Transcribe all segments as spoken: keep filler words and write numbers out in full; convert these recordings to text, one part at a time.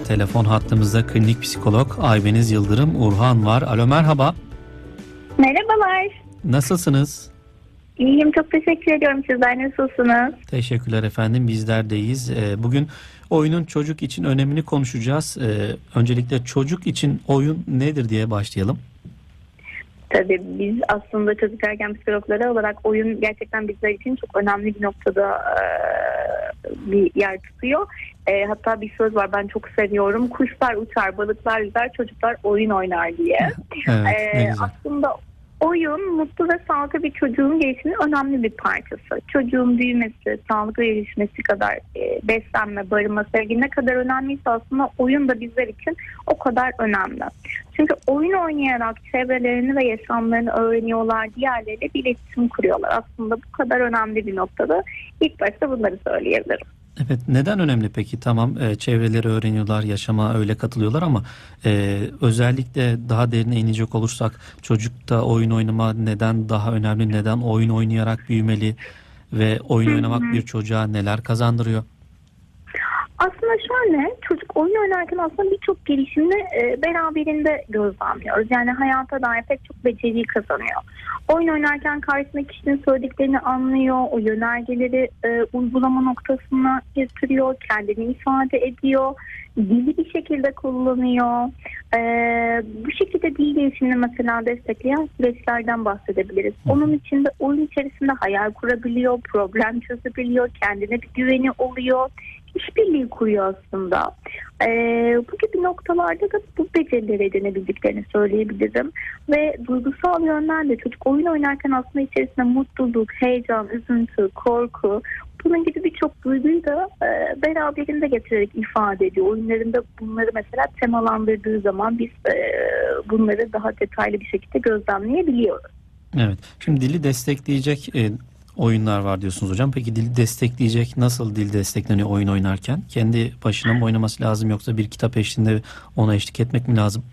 telefon hattımızda klinik psikolog Aybeniz Yıldırım Urhan var. Alo, merhaba. Merhabalar. Nasılsınız? İyiyim, çok teşekkür ediyorum. Sizler nasılsınız? Teşekkürler efendim, bizler deyiz. Bugün oyunun çocuk için önemini konuşacağız. Öncelikle çocuk için oyun nedir diye başlayalım. Tabii biz aslında çocuk ergen psikologları olarak oyun gerçekten bizler için çok önemli bir noktada e, bir yer tutuyor. E, hatta bir söz var, ben çok seviyorum. Kuşlar uçar, balıklar yüzer, çocuklar oyun oynar diye. Evet, e, ne güzel. Aslında oyun mutlu ve sağlıklı bir çocuğun gelişiminin önemli bir parçası. Çocuğun büyümesi, sağlıklı gelişmesi kadar e, beslenme, barınma, sevgi ne kadar önemliyse aslında oyun da bizler için o kadar önemli. Çünkü oyun oynayarak çevrelerini ve yaşamlarını öğreniyorlar, diğerleriyle bir iletişim kuruyorlar. Aslında bu kadar önemli bir noktada ilk başta bunları söyleyebilirim. Evet, neden önemli peki? Tamam, e, çevreleri öğreniyorlar, yaşama öyle katılıyorlar ama e, özellikle daha derine inecek olursak çocukta oyun oynama neden daha önemli? Neden oyun oynayarak büyümeli ve oyun Hı oynamak hı. bir çocuğa neler kazandırıyor? Aslında şöyle, çocuk oyun oynarken aslında birçok gelişimini e, beraberinde gözlemliyoruz. Yani hayata dair pek çok beceriyi kazanıyor. Oyun oynarken karşısındaki kişinin söylediklerini anlıyor, o yönergeleri e, uygulama noktasına getiriyor, kendini ifade ediyor, dili bir şekilde kullanıyor. E, bu şekilde dil gelişimini mesela destekleyen süreçlerden bahsedebiliriz. Onun için de oyun içerisinde hayal kurabiliyor, problem çözebiliyor, kendine bir güveni oluyor. İşbirliği kuruyor aslında. Ee, bu gibi noktalarda da bu becerileri edinebildiklerini söyleyebilirim. Ve duygusal yönden de çocuk oyun oynarken aslında içerisinde mutluluk, heyecan, üzüntü, korku, bunun gibi birçok duyguyu da e, beraberinde getirerek ifade ediyor. Oyunlarında bunları mesela temalandırdığı zaman biz e, bunları daha detaylı bir şekilde gözlemleyebiliyoruz. Evet, şimdi dili destekleyecek e, oyunlar var diyorsunuz hocam. Peki dili destekleyecek, nasıl dil destekleniyor oyun oynarken? Kendi başına mı oynaması lazım yoksa bir kitap eşliğinde ona eşlik etmek mi lazım?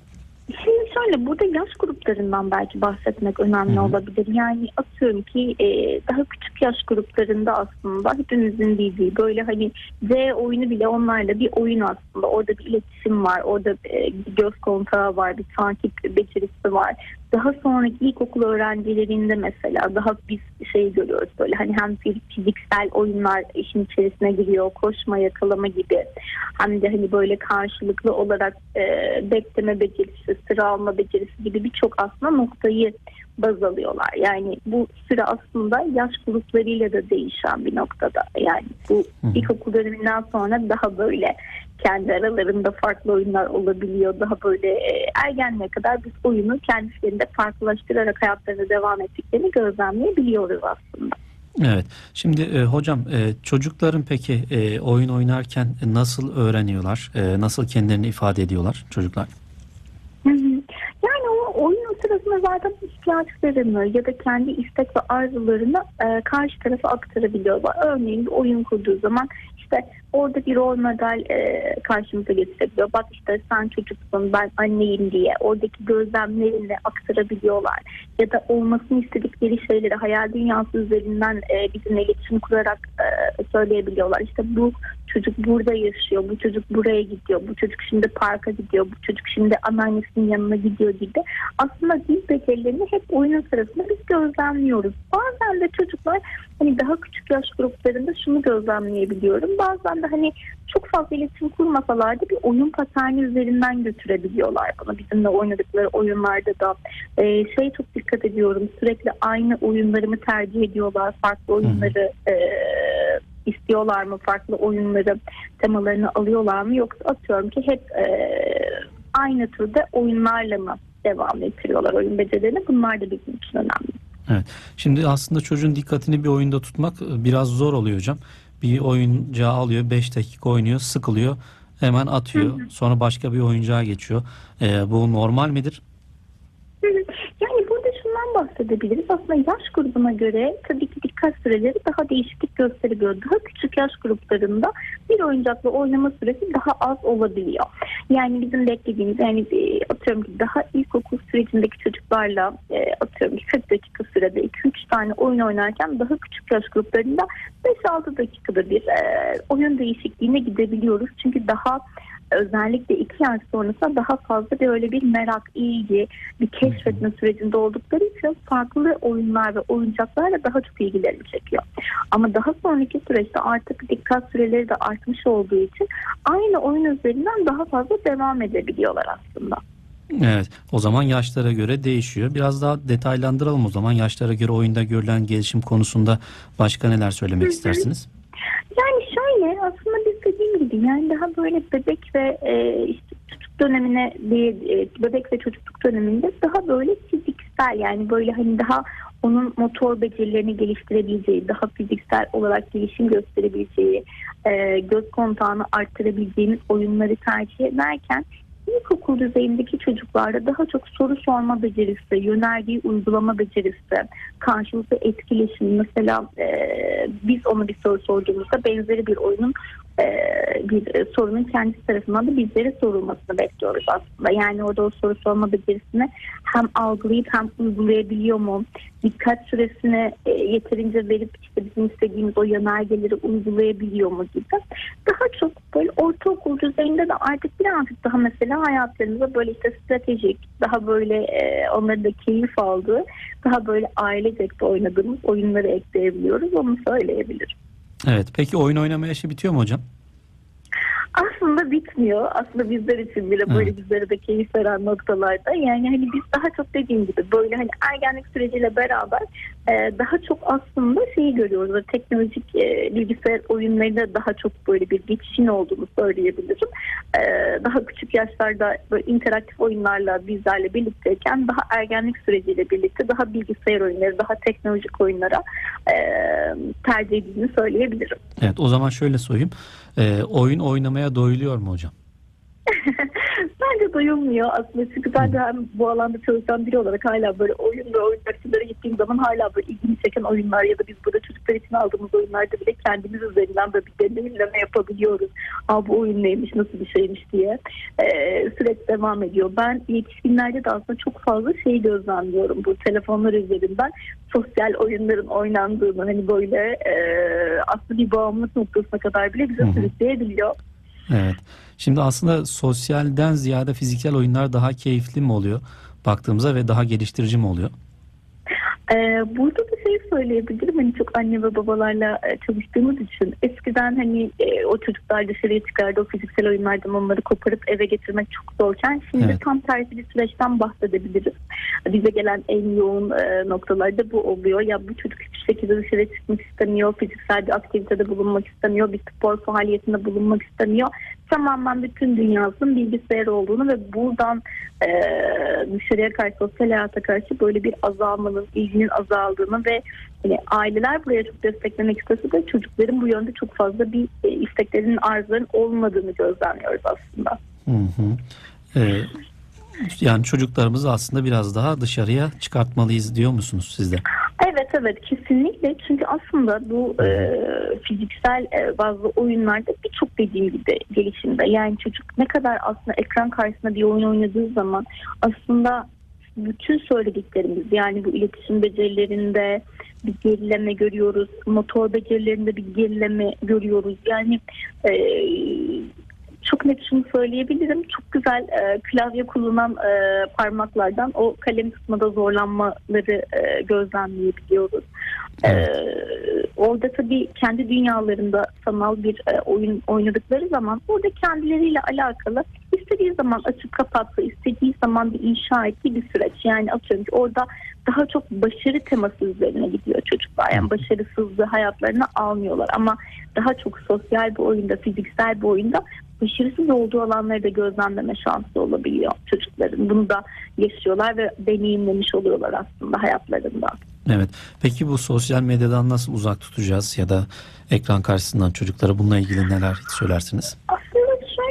Şimdi şöyle, burada yaş gruplarından belki bahsetmek önemli Hı hı. olabilir. Yani atıyorum ki e, daha küçük yaş gruplarında aslında hepimizin bildiği böyle hani Z oyunu bile onlarla bir oyun aslında. Orada bir iletişim var, orada e, bir göz kontağı var, bir takip becerisi var. Daha sonraki ilkokul öğrencilerinde mesela daha biz şey görüyoruz, böyle hani hem fiziksel oyunlar işin içerisine giriyor, koşma, yakalama gibi, hem de hani böyle karşılıklı olarak e, bekleme becerisi, sıra alma becerisi gibi birçok aslında noktayı baz alıyorlar. Yani bu süre aslında yaş gruplarıyla da değişen bir noktada. Yani bu ilkokul döneminden sonra daha böyle kendi aralarında farklı oyunlar olabiliyor. Daha böyle e, ergenliğe kadar biz oyunu kendisinde farklılaştırarak hayatlarına devam ettiklerini gözlemleyebiliyoruz aslında. Evet. Şimdi e, hocam e, çocukların peki e, oyun oynarken nasıl öğreniyorlar? E, nasıl kendilerini ifade ediyorlar çocuklar? Hı hı. Yani o oyun sırasında zaten ihtiyaçlarını ya da kendi istek ve arzularını e, karşı tarafa aktarabiliyorlar. Örneğin bir oyun kurduğu zaman işte orada bir rol model e, karşımıza getirebiliyor. Bak işte sen çocuksun, ben anneyim diye oradaki gözlemlerini aktarabiliyorlar. Ya da olmasını istedikleri şeyleri hayal dünyası üzerinden e, bizimle iletişim kurarak e, söyleyebiliyorlar. İşte bu çocuk burada yaşıyor, bu çocuk buraya gidiyor, bu çocuk şimdi parka gidiyor, bu çocuk şimdi anneannesinin yanına gidiyor gibi. Aslında dil becerilerini hep oyunun sırasında biz gözlemliyoruz. Bazen de çocuklar hani daha küçük yaş gruplarında şunu gözlemleyebiliyorum. Bazen de hani çok fazla iletişim kurmasalar da bir oyun paterni üzerinden götürebiliyorlar bunu. Bizimle oynadıkları oyunlarda da e, şey çok dikkat ediyorum. Sürekli aynı oyunları mı tercih ediyorlar, farklı oyunları e, istiyorlar mı, farklı oyunları temalarını alıyorlar mı, yoksa atıyorum ki hep e, aynı türde oyunlarla mı devam ettiriyorlar oyun becerilerini? Bunlar da bizim için önemli. Evet. Şimdi aslında çocuğun dikkatini bir oyunda tutmak biraz zor oluyor hocam. Bir oyuncağı alıyor, beş dakika oynuyor, sıkılıyor, hemen atıyor. Hı hı. Sonra başka bir oyuncağa geçiyor. Ee, bu normal midir? Yani burada şundan bahsedebiliriz. Aslında yaş grubuna göre tabii ki dikkat süreleri daha değişiklik gösterebiliyor. Daha küçük yaş gruplarında bir oyuncakla oynama süresi daha az olabiliyor. Yani bizim beklediğimiz, yani e, atıyorum ki daha ilkokul sürecindeki çocuklarla e, atıyorum ki kırk dakika sürede iki üç tane oyun oynarken daha küçük yaş gruplarında beş altı dakikada bir e, oyun değişikliğine gidebiliyoruz. Çünkü daha özellikle iki yaş sonrası daha fazla böyle bir merak, ilgi, bir keşfetme sürecinde oldukları için farklı oyunlar ve oyuncaklarla daha çok ilgilerini çekiyor. Ama daha sonraki süreçte artık dikkat süreleri de artmış olduğu için aynı oyun üzerinden daha fazla devam edebiliyorlar aslında. Evet, o zaman yaşlara göre değişiyor. Biraz daha detaylandıralım o zaman. Yaşlara göre oyunda görülen gelişim konusunda başka neler söylemek Hı hı. istersiniz? Yani şöyle, aslında biz dediğim gibi yani daha böyle bebek ve e, işte çocuk dönemine bir e, bebek ve çocukluk döneminde daha böyle fiziksel, yani böyle hani daha onun motor becerilerini geliştirebileceği, daha fiziksel olarak gelişim gösterebileceği, e, göz kontağını arttırabileceğimiz oyunları tercih ederken İlkokul düzeyindeki çocuklarda daha çok soru sorma becerisi, yönergeyi uygulama becerisi, karşılıklı etkileşim. Mesela e, biz ona bir soru sorduğumuzda benzeri bir oyunun e, bir e, sorunun kendisi tarafından da bizlere sorulmasını bekliyoruz aslında. Yani orada o soru sorma becerisini hem algılayıp hem uygulayabiliyor mu? Dikkat süresini e, yeterince verip işte bizim istediğimiz o yönergeleri uygulayabiliyor mu gibi. Daha çok böyle ortaokul düzeyinde de artık birazcık daha mesela hayatlarımıza böyle işte stratejik, daha böyle e, onların da keyif aldığı, daha böyle ailecek de oynadığımız oyunları ekleyebiliyoruz. Onu söyleyebilirim. Evet, peki oyun oynama yaşı bitiyor mu hocam? Aslında bitmiyor. Aslında bizler için bile böyle, evet, bizlere de keyif veren noktalarda. Yani hani biz daha çok dediğim gibi böyle hani ergenlik süreciyle beraber e, daha çok aslında şeyi görüyoruz. Böyle teknolojik e, bilgisayar oyunlarında daha çok böyle bir geçişin olduğunu söyleyebilirim. E, daha küçük yaşlarda böyle interaktif oyunlarla bizlerle birlikteyken daha ergenlik süreciyle birlikte daha bilgisayar oyunları, daha teknolojik oyunlara e, tercih edildiğini söyleyebilirim. Evet, o zaman şöyle sorayım. Ee, oyun oynamaya doyuluyor mu hocam? Bence doyulmuyor aslında, çünkü ben de hem bu alanda çalışan biri olarak hala böyle oyun ve oyuncakçılara gittiğim zaman hala böyle ilgimi çeken oyunlar ya da biz burada çocuklar için aldığımız oyunlarda bile kendimiz üzerinden böyle bir deneyimleme yapabiliyoruz. Aa, bu oyun neymiş, nasıl bir şeymiş diye ee, süreç devam ediyor. Ben yetişkinlerde de aslında çok fazla şey gözlemliyorum bu telefonlar üzerinden. Sosyal oyunların oynandığını, hani böyle e, aslında bir bağımlılık noktasına kadar bile bize sürükleyebiliyor. Evet. Şimdi aslında sosyalden ziyade fiziksel oyunlar daha keyifli mi oluyor baktığımızda ve daha geliştirici mi oluyor? Ee, burada bir şey söyleyebilirim. Hani çok anne ve babalarla e, çalıştığımız için eskiden hani e, o çocuklar dışarıya çıkardı, o fiziksel oyunlardan onları koparıp eve getirmek çok zorken şimdi, evet, tam tersi bir süreçten bahsedebiliriz. Bize gelen en yoğun e, noktalarda bu oluyor. Ya bu çocuk hiçbir şekilde dışarıya çıkmak istemiyor, fiziksel bir aktivitede bulunmak istemiyor, bir spor faaliyetinde bulunmak istemiyor. Tamamen bütün dünyasının bilgisayar olduğunu ve buradan e, dışarıya karşı, sosyal hayata karşı böyle bir azalmanın, ilginin azaldığını ve yani aileler buraya çok desteklemek istese de çocukların bu yönde çok fazla bir e, isteklerinin, arzuların olmadığını gözlemliyoruz aslında. Hı hı. Ee, yani çocuklarımızı aslında biraz daha dışarıya çıkartmalıyız diyor musunuz siz de? Evet evet, kesinlikle, çünkü aslında bu e, fiziksel e, bazı oyunlarda birçok dediğim gibi gelişimde, yani çocuk ne kadar aslında ekran karşısında bir oyun oynadığı zaman aslında bütün söylediklerimiz, yani bu iletişim becerilerinde bir gerileme görüyoruz, motor becerilerinde bir gerileme görüyoruz. Yani e, çok net şunu söyleyebilirim. Çok güzel e, klavye kullanan e, parmaklardan o kalem tutmada zorlanmaları e, gözlemleyebiliyoruz. Evet. E, orada tabii kendi dünyalarında sanal bir e, oyun oynadıkları zaman orada kendileriyle alakalı istediği zaman açıp kapatsa, istediği zaman bir inşa ettiği bir süreç. Yani atıyorum ki orada daha çok başarı teması üzerine gidiyor çocuklar. Yani başarısızlığı hayatlarına almıyorlar ama daha çok sosyal bir oyunda, fiziksel bir oyunda başarısız olduğu alanları da gözlemleme şansı olabiliyor çocukların. Bunu da yaşıyorlar ve deneyimlemiş oluyorlar aslında hayatlarında. Evet. Peki bu sosyal medyadan nasıl uzak tutacağız ya da ekran karşısından çocuklara, bununla ilgili neler söylersiniz? Aslında şöyle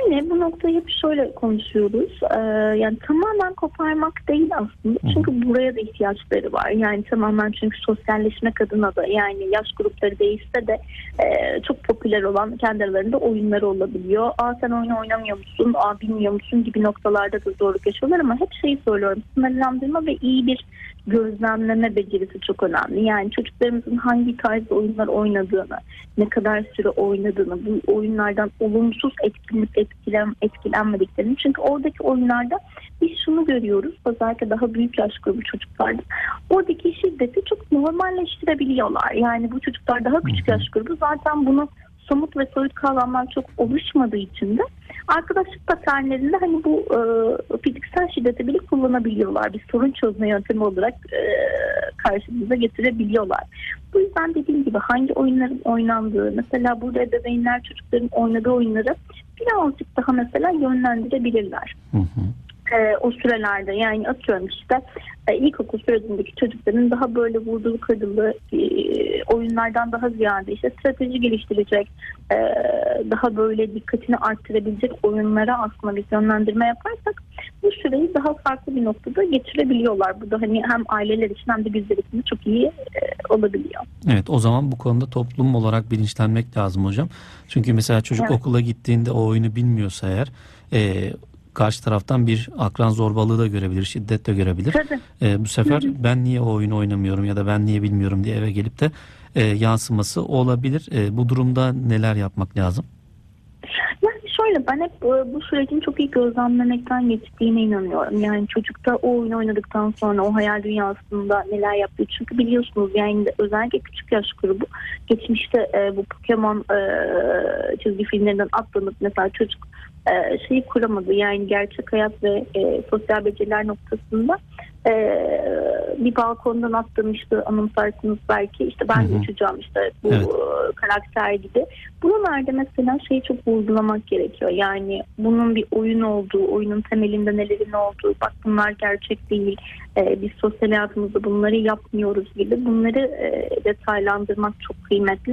Yani bu noktayı hep şöyle konuşuyoruz. Ee, yani tamamen koparmak değil aslında. Çünkü buraya da ihtiyaçları var. Yani tamamen çünkü sosyalleşmek adına da, yani yaş grupları değişse de e, çok popüler olan kendi aralarında oyunları olabiliyor. Aa sen oyun oynamıyor musun? Aa bilmiyor musun? Gibi noktalarda da zorluk yaşıyorlar ama hep şeyi söylüyorum. Sınırlandırma ve iyi bir gözlemleme becerisi çok önemli. Yani çocuklarımızın hangi tarzda oyunlar oynadığını, ne kadar süre oynadığını, bu oyunlardan olumsuz etkilenip etkilen, etkilenmediklerini. Çünkü oradaki oyunlarda biz şunu görüyoruz, özellikle daha büyük yaş grubu çocuklarda. Oradaki şiddeti çok normalleştirebiliyorlar. Yani bu çocuklar daha küçük yaş grubu zaten bunu somut ve soyut kavramlar çok oluşmadığı için de arkadaşlık paternlerinde hani bu e, fiziksel şiddeti bile kullanabiliyorlar. Bir sorun çözme yöntemi olarak e, karşımıza getirebiliyorlar. Bu yüzden dediğim gibi hangi oyunların oynandığı, mesela burada ebeveynler çocukların oynadığı oyunları birazcık daha mesela yönlendirebilirler. Hı hı. E, o sürelerde, yani atıyorum işte e, ilkokul sürecindeki çocukların daha böyle vurdulu kırdılı e, oyunlardan daha ziyade işte strateji geliştirecek, e, daha böyle dikkatini arttırabilecek oyunlara aslında bir yönlendirme yaparsak bu süreyi daha farklı bir noktada geçirebiliyorlar. Bu da hani hem aileler için hem de bizler için çok iyi e, olabiliyor. Evet, o zaman bu konuda toplum olarak bilinçlenmek lazım hocam. Çünkü mesela çocuk evet. okula gittiğinde o oyunu bilmiyorsa eğer e, karşı taraftan bir akran zorbalığı da görebilir, şiddet de görebilir. E, bu sefer hı hı. ben niye o oyunu oynamıyorum ya da ben niye bilmiyorum diye eve gelip de e, yansıması olabilir. E, bu durumda neler yapmak lazım? Yani şöyle, ben hep bu sürecin çok iyi gözlemlemekten geçtiğine inanıyorum. Yani çocukta o oyunu oynadıktan sonra o hayal dünyasında neler yaptığı. Çünkü biliyorsunuz yani özellikle küçük yaş grubu geçmişte e, bu Pokemon e, çizgi filmlerinden atlanıp mesela çocuk e, şeyi kuramadı. Yani gerçek hayat ve e, sosyal beceriler noktasında e, bir balkondan atlamıştı, anımsarsınız belki. İşte ben de uçacağım işte bu evet. karakter gibi. Buralarda mesela şeyi çok vurgulamak gerekiyor. Yani bunun bir oyun olduğu, oyunun temelinde nelerin olduğu, bak bunlar gerçek değil, e, biz sosyal hayatımızda bunları yapmıyoruz gibi bunları e, detaylandırmak çok kıymetli.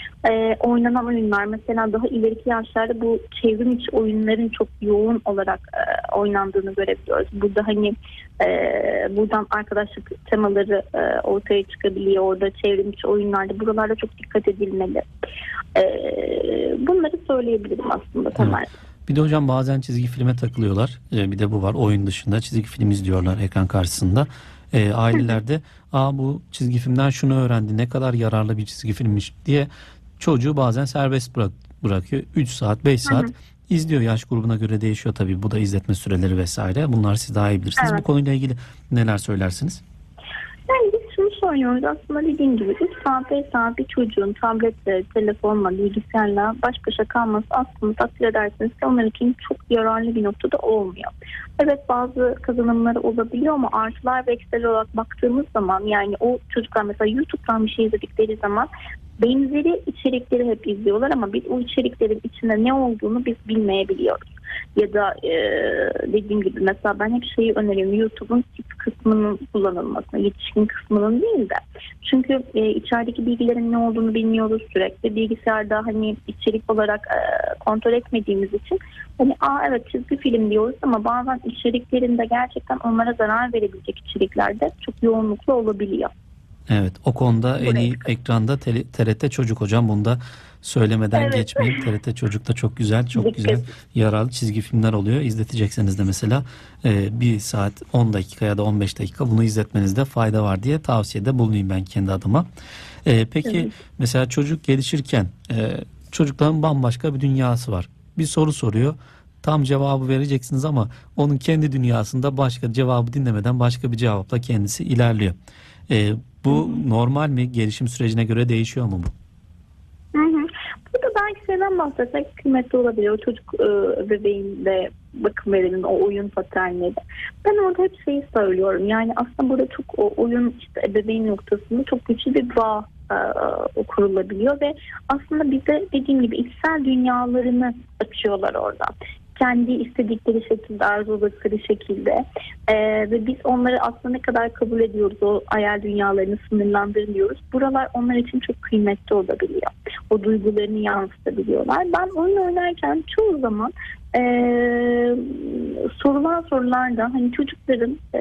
E, oynanan oyunlar mesela daha ileriki yaşlarda bu çevrim içi oyunların çok yoğun olarak e, oynandığını görebiliyoruz. Burada hani e, buradan arkadaşlık temaları e, ortaya çıkabiliyor. Orada çevrim içi oyunlarda, buralarda çok dikkat edilmeli. E, bunları söyleyebilirim aslında temel. Evet. Bir de hocam bazen çizgi filme takılıyorlar. E, bir de bu var, oyun dışında çizgi film izliyorlar ekran karşısında. E, ailelerde aa bu çizgi filmden şunu öğrendi, ne kadar yararlı bir çizgi filmmiş diye çocuğu bazen serbest bırak, bırakıyor. üç saat beş saat Hı-hı. izliyor. Yaş grubuna göre değişiyor tabii. Bu da izletme süreleri vesaire. Bunlar siz daha iyi bilirsiniz. Evet. Bu konuyla ilgili neler söylersiniz? Yani biz şunu söylüyoruz aslında, dediğim gibi üç saat beş saat bir çocuğun tabletle, telefonla, bilgisayarla baş başa kalması aslında takdir edersiniz ki onlar için çok yararlı bir noktada olmuyor. Evet, bazı kazanımları olabiliyor ama artılar ve eksiler olarak baktığımız zaman, yani o çocuklar mesela YouTube'dan bir şey izledikleri zaman benzeri içerikleri hep izliyorlar ama biz o içeriklerin içinde ne olduğunu biz bilmeyebiliyoruz. Ya da e, dediğim gibi mesela ben hep şeyi öneriyorum, YouTube'un tip kısmının kullanılmasını, yetişkin kısmının değil de. Çünkü e, içerideki bilgilerin ne olduğunu bilmiyoruz sürekli. Bilgisayarda hani içerik olarak e, kontrol etmediğimiz için hani aa evet çizgi film diyoruz ama bazen içeriklerinde gerçekten onlara zarar verebilecek içeriklerde çok yoğunluklu olabiliyor. Evet, o konuda en iyi ekranda T R T Çocuk hocam, bunda söylemeden evet. geçmeyin. T R T Çocuk'ta çok güzel, çok Dikkat. güzel yararlı çizgi filmler oluyor. İzletecekseniz de mesela e, bir saat on dakika ya da on beş dakika bunu izletmenizde fayda var diye tavsiyede bulunayım ben kendi adıma. E, peki evet. mesela çocuk gelişirken e, çocukların bambaşka bir dünyası var. Bir soru soruyor. Tam cevabı vereceksiniz ama onun kendi dünyasında başka, cevabı dinlemeden başka bir cevapla kendisi ilerliyor. E, bu hı hı. normal mi? Gelişim sürecine göre değişiyor mu bu? Hı hı. Burada belki şeyden bahsetsek kıymetli olabilir. O çocuk e, bebeğinde bakım verenin o oyun paternleri. Ben orada hep şeyi söylüyorum. Yani aslında burada çok o oyun işte ebeveyn noktasında çok güçlü bir bağ e, kurulabiliyor ve aslında bize dediğim gibi içsel dünyalarını açıyorlar orada. Kendi istedikleri şekilde, arzuladıkları şekilde ee, ve biz onları aslında ne kadar kabul ediyoruz, o hayal dünyalarını sınırlandırmıyoruz. Buralar onlar için çok kıymetli olabiliyor. O duygularını yansıtabiliyorlar. Ben oyun oynarken çoğu zaman e, sorulan sorularda hani çocukların e,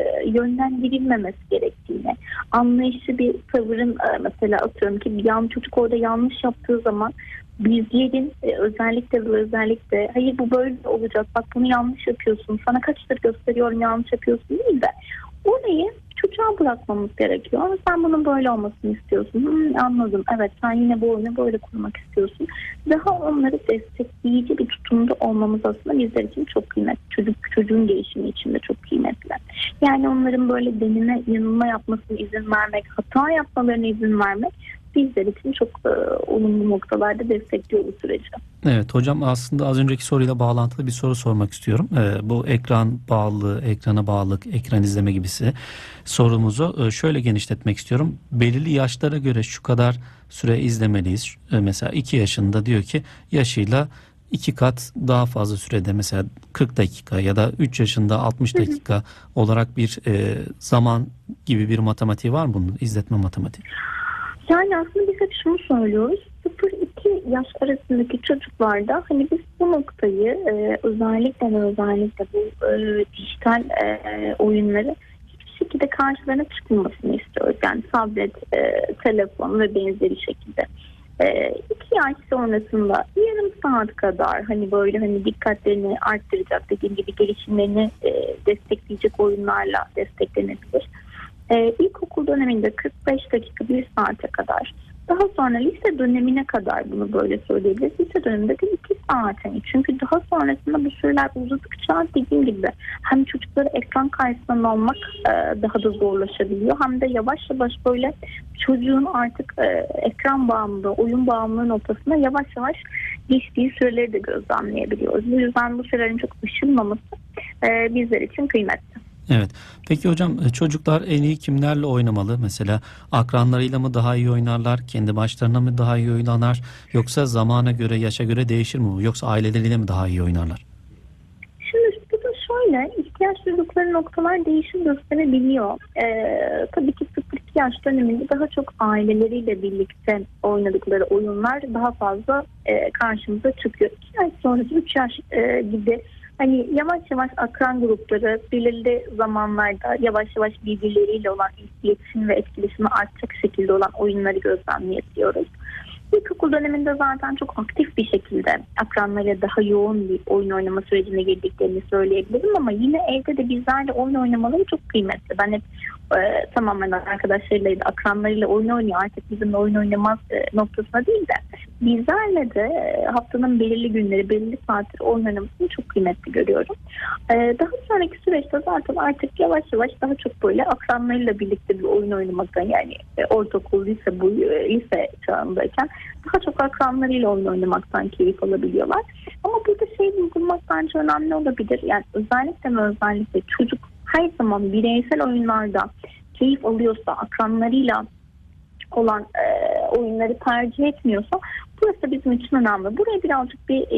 yönlendirilmemesi gerektiğini, anlayışlı bir tavırın e, mesela atıyorum ki bir yan çocuk orada yanlış yaptığı zaman bizlerin e, özellikle ve özellikle hayır bu böyle olacak, bak bunu yanlış yapıyorsun, sana kaçtır gösteriyorum yanlış yapıyorsun değil de orayı çocuğa bırakmamız gerekiyor. Ama sen bunun böyle olmasını istiyorsun. Hmm, anladım. Evet, sen yine bu oyunu böyle kurmak istiyorsun. Daha onları destekleyici bir tutumda olmamız aslında bizler için çok kıymetli. Çocuk, çocuğun gelişimi için de çok kıymetli. Yani onların böyle deneme, yanılma yapmasına izin vermek, hata yapmalarına izin vermek bizler için çok e, olumlu noktalarda destekliyor bu süreci. Evet hocam, aslında az önceki soruyla bağlantılı bir soru sormak istiyorum. Ee, bu ekran bağlılığı, ekrana bağlılık, ekran izleme gibisi sorumuzu e, şöyle genişletmek istiyorum. Belirli yaşlara göre şu kadar süre izlemeliyiz. E, mesela iki yaşında diyor ki yaşıyla iki kat daha fazla sürede, mesela kırk dakika ya da üç yaşında altmış dakika olarak bir e, zaman gibi bir matematiği var mı bunun, izletme matematiği? Yani aslında biz hep şunu söylüyoruz. sıfır iki yaş arasındaki çocuklarda hani biz bu noktayı e, özellikle ve özellikle bu e, dijital e, oyunları hiçbir şekilde karşılarına çıkmamasını istiyoruz. Yani tablet, e, telefon ve benzeri şekilde. E, iki yaş sonrasında yarım saat kadar hani böyle hani dikkatlerini arttıracak, dediğim gibi gelişimlerini e, destekleyecek oyunlarla desteklenebilir. Ee, ilkokul döneminde kırk beş dakika bir saate kadar, daha sonra lise dönemine kadar bunu böyle söyleyebiliriz. Lise döneminde de iki saat. Yani çünkü daha sonrasında bu süreler uzadıkça dediğim gibi hem çocukları ekran karşısında olmak e, daha da zorlaşabiliyor. Hem de yavaş yavaş böyle çocuğun artık e, ekran bağımlılığı, oyun bağımlılığı noktasına yavaş yavaş geçtiği süreleri de gözlemleyebiliyoruz. Bu yüzden bu sürelerin çok ışınmaması e, bizler için kıymetli. Evet. Peki hocam, çocuklar en iyi kimlerle oynamalı? Mesela akranlarıyla mı daha iyi oynarlar? Kendi başlarına mı daha iyi oynarlar? Yoksa zamana göre, yaşa göre değişir mi bu? Yoksa aileleriyle mi daha iyi oynarlar? Şimdi bu da şöyle, ihtiyaç duydukları noktalar değişim gösterebiliyor. Ee, tabii ki sıfır iki yaş döneminde daha çok aileleriyle birlikte oynadıkları oyunlar daha fazla e, karşımıza çıkıyor. iki yaş sonrası üç yaş e, gibi hani yavaş yavaş akran grupları belirli zamanlarda yavaş yavaş birbirleriyle olan iletişim ve etkileşimi artacak şekilde olan oyunları gözlemleyebiliyoruz. İlkokul döneminde zaten çok aktif bir şekilde akranlara daha yoğun bir oyun oynama sürecine girdiklerini söyleyebilirim ama yine evde de bizlerle oyun oynamaları çok kıymetli. Ben hep e, tamamen arkadaşlarıyla, akranlarıyla oyun oynuyor, artık bizimle oyun oynamaz e, noktasına değil de bizlerle de e, haftanın belirli günleri, belirli saatleri oyun oynamasını çok kıymetli görüyorum. E, daha sonraki süreçte zaten artık yavaş yavaş daha çok böyle akranlarıyla birlikte bir oyun oynamaktan, yani e, ortaokul, lise, bu e, lise çağındayken daha çok akranlarıyla oyun oynamaktan keyif alabiliyorlar. Ama burada şey bulmak bence önemli olabilir. Yani özellikle ve özellikle çocuk her zaman bireysel oyunlarda keyif alıyorsa, akranlarıyla olan e, oyunları tercih etmiyorsa burası da bizim için önemli. Buraya birazcık bir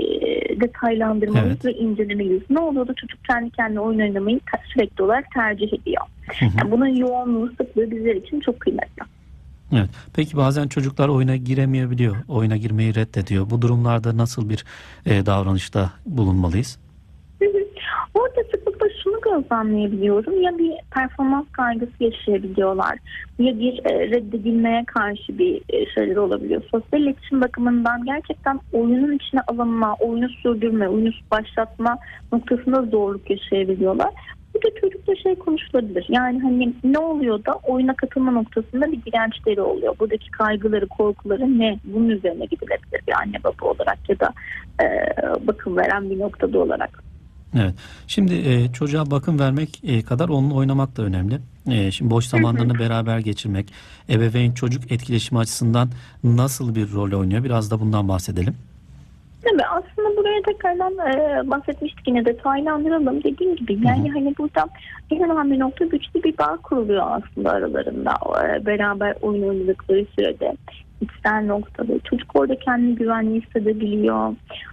e, detaylandırmalıyız Evet. ve incelemeliyiz. Ne oluyor da çocuk kendi kendine oyun oynamayı sürekli olarak tercih ediyor. Yani bunun yoğunluğu, sıklığı bizler için çok kıymetli. Evet. Peki bazen çocuklar oyuna giremeyebiliyor. Oyuna girmeyi reddediyor. Bu durumlarda nasıl bir e, davranışta bulunmalıyız? Orada sıklıkla şunu gözlemleyebiliyorum. Ya bir performans kaygısı yaşayabiliyorlar. Ya bir e, reddedilmeye karşı bir e, şeyler olabiliyor. Sosyal iletişim bakımından gerçekten oyunun içine alınma, oyunu sürdürme, oyunu başlatma noktasında zorluk yaşayabiliyorlar. Burada çocukla şey konuşulabilir. Yani hani ne oluyor da oyuna katılma noktasında bir dirençleri oluyor. Buradaki kaygıları, korkuları ne? Bunun üzerine gidilebilir bir anne baba olarak ya da e, bakım veren bir noktada olarak. Evet. Şimdi e, çocuğa bakım vermek e, kadar onunla oynamak da önemli. E, şimdi boş Hı hı. zamanlarını beraber geçirmek, ebeveyn çocuk etkileşimi açısından nasıl bir rol oynuyor? Biraz da bundan bahsedelim. Tabii aslında buraya tekrardan e, bahsetmiştik, yine detaylandıralım. Dediğim gibi yani hani burada en önemli nokta güçlü bir bağ kuruluyor aslında aralarında e, beraber oyun oynadıkları sürede. İçsel noktada çocuk orada kendini güvenli hissedebiliyor,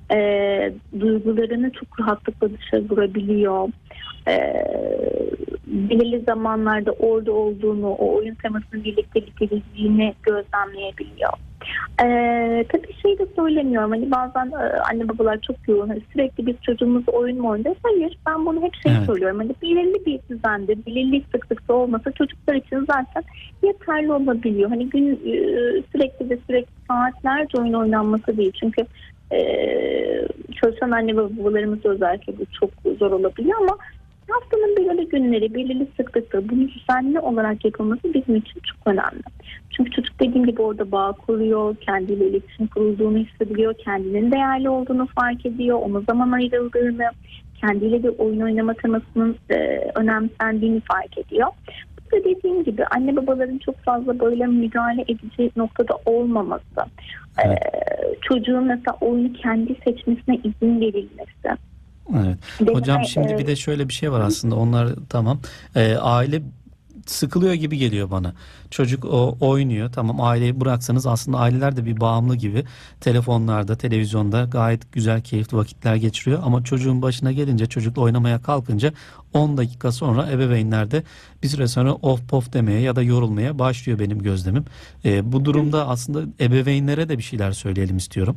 e, duygularını çok rahatlıkla dışarı vurabiliyor, e, belirli zamanlarda orada olduğunu, o oyun temasının birlikte bitebildiğini gözlemleyebiliyor. Ee, tabii şey de söylemiyorum. Hani bazen e, anne babalar çok yoğun. Hani sürekli biz çocuğumuz oyun mu oynayacağız? Hayır. Ben bunu hep şey Evet. söylüyorum. Hani belirli bir düzende, belirli sıklıkta olmasa çocuklar için zaten yeterli olabiliyor. Hani gün e, sürekli ve sürekli saatlerce oyun oynanması değil. Çünkü e, çalışan anne ve babalarımız özellikle bu çok zor olabiliyor ama haftanın belirli günleri, belirli sıklıkta bunu düzenli olarak yapılması bizim için çok önemli. Çünkü çocuk dediğim gibi orada bağ kuruyor, kendiyle iletişim kurulduğunu hissedebiliyor, kendinin değerli olduğunu fark ediyor, ona zaman ayrıldığını, kendiyle bir oyun oynama temasının e, önemsendiğini fark ediyor. Bu da dediğim gibi anne babaların çok fazla böyle müdahale edici noktada olmaması, Evet. e, çocuğun mesela oyunu kendi seçmesine izin verilmesi. Evet. Deneme, Hocam şimdi e, bir de şöyle bir şey var aslında, onlar tamam. Ee, aile sıkılıyor gibi geliyor bana. Çocuk o oynuyor, tamam, aileyi bıraksanız aslında aileler de bir bağımlı gibi telefonlarda, televizyonda gayet güzel, keyifli vakitler geçiriyor. Ama çocuğun başına gelince, çocukla oynamaya kalkınca on dakika sonra ebeveynler de bir süre sonra of pof demeye ya da yorulmaya başlıyor benim gözlemim. Ee, bu durumda aslında ebeveynlere de bir şeyler söyleyelim istiyorum.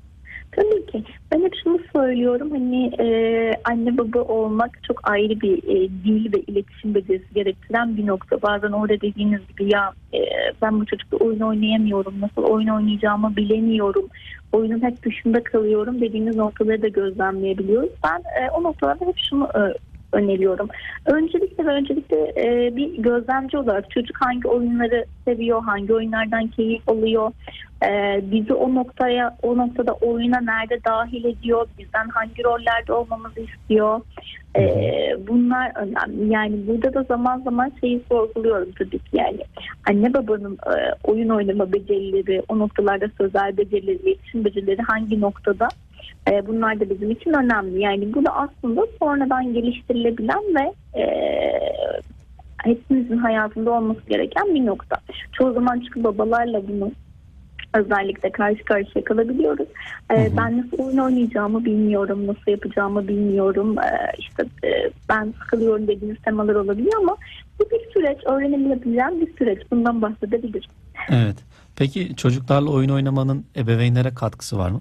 Tabii ki. Ben hep şunu söylüyorum, hani e, anne baba olmak çok ayrı bir e, dil ve iletişim becerisi gerektiren bir nokta. Bazen orada dediğiniz gibi ya e, ben bu çocukla oyun oynayamıyorum, nasıl oyun oynayacağımı bilemiyorum, oyunun hep dışında kalıyorum dediğiniz noktaları da gözlemleyebiliyoruz. Ben e, o noktalarda hep şunu e, öneriyorum. Öncelikle ve öncelikle e, bir gözlemci olarak çocuk hangi oyunları seviyor, hangi oyunlardan keyif alıyor, e, bizi o noktaya, o noktada oyuna nerede dahil ediyor, bizden hangi rollerde olmamızı istiyor. E, bunlar önemli. Yani burada da zaman zaman şeyi sorguluyorum tabii ki, yani anne babanın e, oyun oynama becerileri, o noktalarda sözel becerileri, iletişim becerileri hangi noktada? E, bunlar da bizim için önemli. Yani bu da aslında sonradan geliştirilebilen ve e, hepimizin hayatında olması gereken bir nokta. Çoğu zaman çünkü babalarla bunu özellikle karşı karşıya kalabiliyoruz. E, Hı hı. ben nasıl oyun oynayacağımı bilmiyorum, nasıl yapacağımı bilmiyorum. E, işte e, ben sıkılıyorum dediğiniz temalar olabiliyor ama bu bir süreç, öğrenilebilen bir süreç. Bundan bahsedebilirim. Evet. Peki çocuklarla oyun oynamanın ebeveynlere katkısı var mı?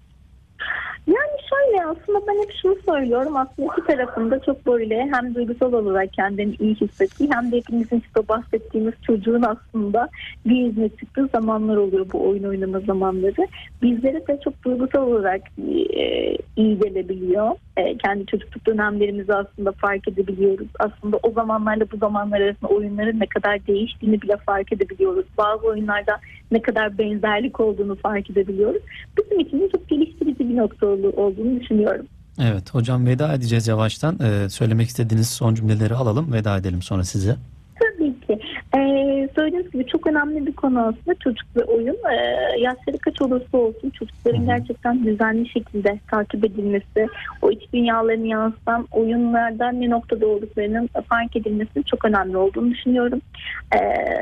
Yani şöyle, aslında ben hep şunu söylüyorum, aslında iki tarafında çok böyle hem duygusal olarak kendini iyi hissettiği hem de hepimizin işte bahsettiğimiz çocuğun aslında bir izne çıktığı zamanlar oluyor, bu oyun oynama zamanları. Bizlere de çok duygusal olarak e, iyi gelebiliyor. E, kendi çocukluk dönemlerimizi aslında fark edebiliyoruz. Aslında o zamanlarla bu zamanlar arasında oyunların ne kadar değiştiğini bile fark edebiliyoruz. Bazı oyunlarda ne kadar benzerlik olduğunu fark edebiliyoruz. Bizim için de çok geliştirici bir nokta olduğunu düşünüyorum. Evet hocam, veda edeceğiz yavaştan. Ee, söylemek istediğiniz son cümleleri alalım, veda edelim sonra size. Tabii ki. Ee, söylediğiniz gibi çok önemli bir konu aslında çocuk ve oyun. Ee, yaşları kaç olursa olsun çocukların gerçekten düzenli şekilde takip edilmesi, o iç dünyalarını yansıtan oyunlardan ne noktada olduklarının fark edilmesinin çok önemli olduğunu düşünüyorum. Ee,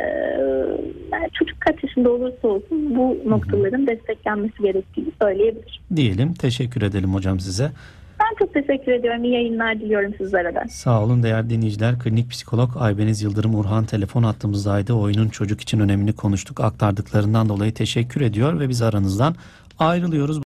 yani çocuk kaç yaşında olursa olsun bu noktaların desteklenmesi gerektiğini söyleyebilirim. Diyelim, teşekkür edelim hocam size. Ben çok teşekkür ediyorum. İyi yayınlar diliyorum sizlere de. Sağ olun değerli dinleyiciler. Klinik psikolog Aybeniz Yıldırım Urhan telefon hattımızdaydı. Oyunun çocuk için önemini konuştuk. Aktardıklarından dolayı teşekkür ediyor ve biz aranızdan ayrılıyoruz.